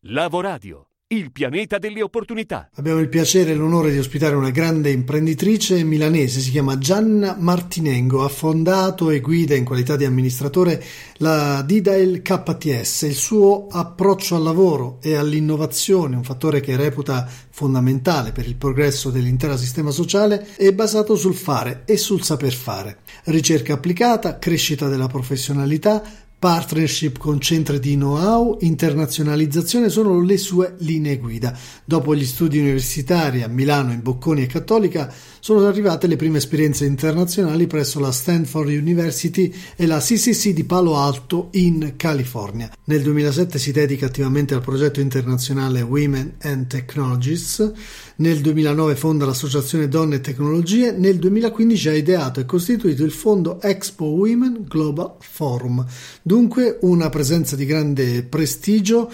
Lavoradio, il pianeta delle opportunità. Abbiamo il piacere e l'onore di ospitare una grande imprenditrice milanese, si chiama Gianna Martinengo, ha fondato e guida in qualità di amministratore la Didael KTS. Il suo approccio al lavoro e all'innovazione, un fattore che reputa fondamentale per il progresso dell'intero sistema sociale, è basato sul fare e sul saper fare. Ricerca applicata, crescita della professionalità, partnership con centri di know-how, internazionalizzazione sono le sue linee guida. Dopo gli studi universitari a Milano, in Bocconi e Cattolica, sono arrivate le prime esperienze internazionali presso la Stanford University e la CCC di Palo Alto in California. Nel 2007 si dedica attivamente al progetto internazionale Women and Technologies. Nel 2009 fonda l'associazione Donne e Tecnologie. Nel 2015 ha ideato e costituito il fondo Expo Women Global Forum. Dunque una presenza di grande prestigio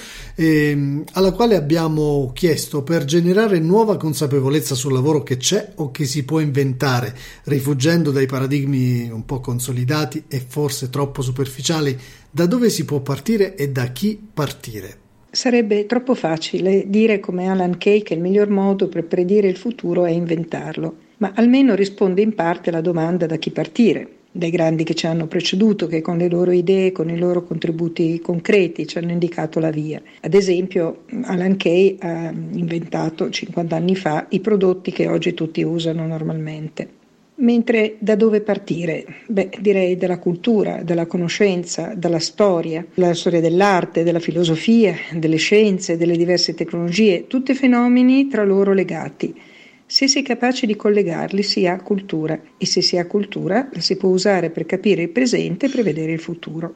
alla quale abbiamo chiesto, per generare nuova consapevolezza sul lavoro che c'è o che si può inventare, rifuggendo dai paradigmi un po' consolidati e forse troppo superficiali, da dove si può partire e da chi partire. Sarebbe troppo facile dire come Alan Kay che il miglior modo per predire il futuro è inventarlo, ma almeno risponde in parte alla domanda da chi partire, dai grandi che ci hanno preceduto, che con le loro idee, con i loro contributi concreti ci hanno indicato la via. Ad esempio, Alan Kay ha inventato 50 anni fa i prodotti che oggi tutti usano normalmente. Mentre da dove partire? Direi dalla cultura, dalla conoscenza, dalla storia dell'arte, della filosofia, delle scienze, delle diverse tecnologie, tutti fenomeni tra loro legati. Se si è capaci di collegarli si ha cultura, e se si ha cultura la si può usare per capire il presente e prevedere il futuro.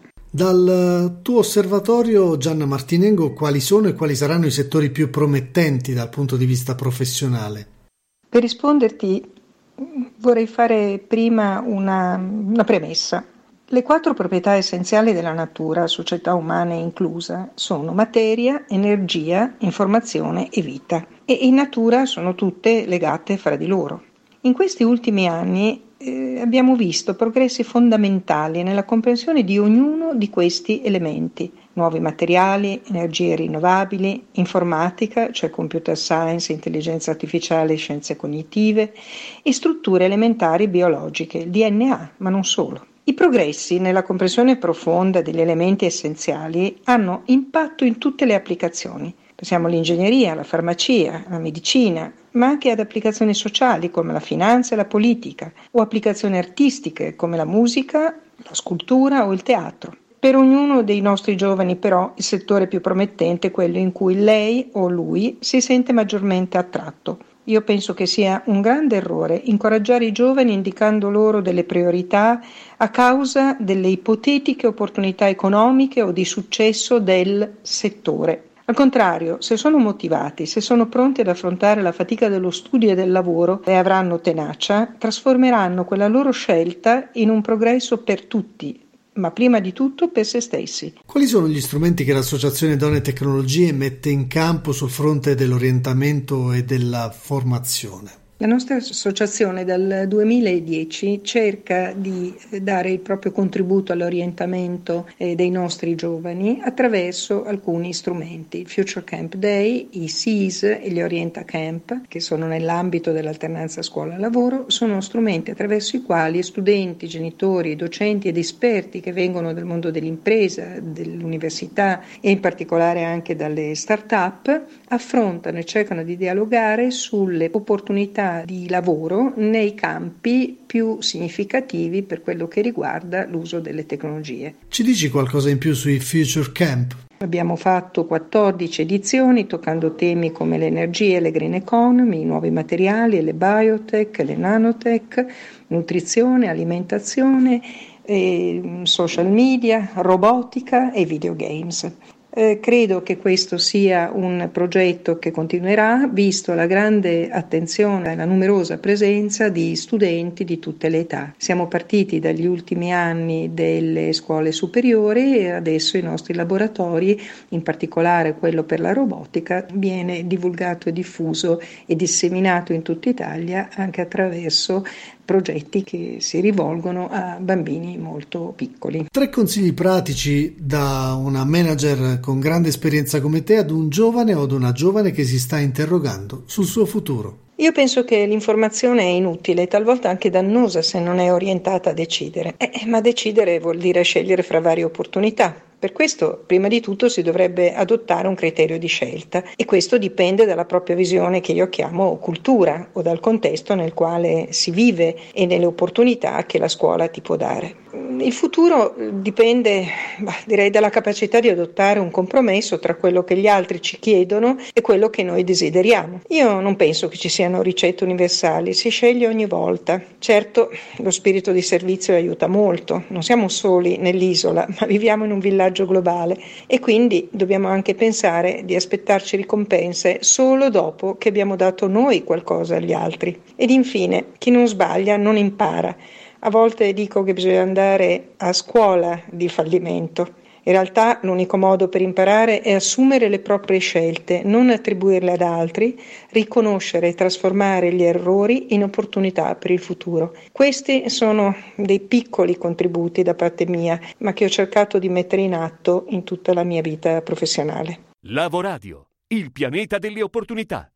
Dal tuo osservatorio, Gianna Martinengo, quali sono e quali saranno i settori più promettenti dal punto di vista professionale? Per risponderti vorrei fare prima una premessa. Le 4 proprietà essenziali della natura, società umana inclusa, sono materia, energia, informazione e vita. E in natura sono tutte legate fra di loro. In questi ultimi anni abbiamo visto progressi fondamentali nella comprensione di ognuno di questi elementi. Nuovi materiali, energie rinnovabili, informatica, cioè computer science, intelligenza artificiale, scienze cognitive, e strutture elementari biologiche, il DNA, ma non solo. I progressi nella comprensione profonda degli elementi essenziali hanno impatto in tutte le applicazioni. Pensiamo all'ingegneria, alla farmacia, alla medicina, ma anche ad applicazioni sociali come la finanza e la politica, o applicazioni artistiche come la musica, la scultura o il teatro. Per ognuno dei nostri giovani, però, il settore più promettente è quello in cui lei o lui si sente maggiormente attratto. Io penso che sia un grande errore incoraggiare i giovani indicando loro delle priorità a causa delle ipotetiche opportunità economiche o di successo del settore. Al contrario, se sono motivati, se sono pronti ad affrontare la fatica dello studio e del lavoro e avranno tenacia, trasformeranno quella loro scelta in un progresso per tutti, ma prima di tutto per se stessi. Quali sono gli strumenti che l'Associazione Donne e Tecnologie mette in campo sul fronte dell'orientamento e della formazione? La nostra associazione dal 2010 cerca di dare il proprio contributo all'orientamento dei nostri giovani attraverso alcuni strumenti. Il Future Camp Day, i SEAS e gli Orienta Camp, che sono nell'ambito dell'alternanza scuola-lavoro, sono strumenti attraverso i quali studenti, genitori, docenti ed esperti che vengono dal mondo dell'impresa, dell'università e in particolare anche dalle start-up affrontano e cercano di dialogare sulle opportunità di lavoro nei campi più significativi per quello che riguarda l'uso delle tecnologie. Ci dici qualcosa in più sui Future Camp? Abbiamo fatto 14 edizioni toccando temi come l'energia e le green economy, i nuovi materiali, le biotech, le nanotech, nutrizione, alimentazione, social media, robotica e videogames. Credo che questo sia un progetto che continuerà, visto la grande attenzione e la numerosa presenza di studenti di tutte le età. Siamo partiti dagli ultimi anni delle scuole superiori e adesso i nostri laboratori, in particolare quello per la robotica, viene divulgato e diffuso e disseminato in tutta Italia anche attraverso progetti che si rivolgono a bambini molto piccoli. 3 consigli pratici da una manager con grande esperienza come te ad un giovane o ad una giovane che si sta interrogando sul suo futuro. Io penso che l'informazione è inutile, talvolta anche dannosa se non è orientata a decidere. Ma decidere vuol dire scegliere fra varie opportunità. Per questo, prima di tutto, si dovrebbe adottare un criterio di scelta e questo dipende dalla propria visione che io chiamo cultura o dal contesto nel quale si vive e nelle opportunità che la scuola ti può dare. Il futuro dipende, direi, dalla capacità di adottare un compromesso tra quello che gli altri ci chiedono e quello che noi desideriamo. Io non penso che ci siano ricette universali, si sceglie ogni volta. Certo, lo spirito di servizio aiuta molto, non siamo soli nell'isola, ma viviamo in un villaggio globale e quindi dobbiamo anche pensare di aspettarci ricompense solo dopo che abbiamo dato noi qualcosa agli altri. Ed infine, chi non sbaglia non impara. A volte dico che bisogna andare a scuola di fallimento. In realtà l'unico modo per imparare è assumere le proprie scelte, non attribuirle ad altri, riconoscere e trasformare gli errori in opportunità per il futuro. Questi sono dei piccoli contributi da parte mia, ma che ho cercato di mettere in atto in tutta la mia vita professionale. Lavoradio, il pianeta delle opportunità.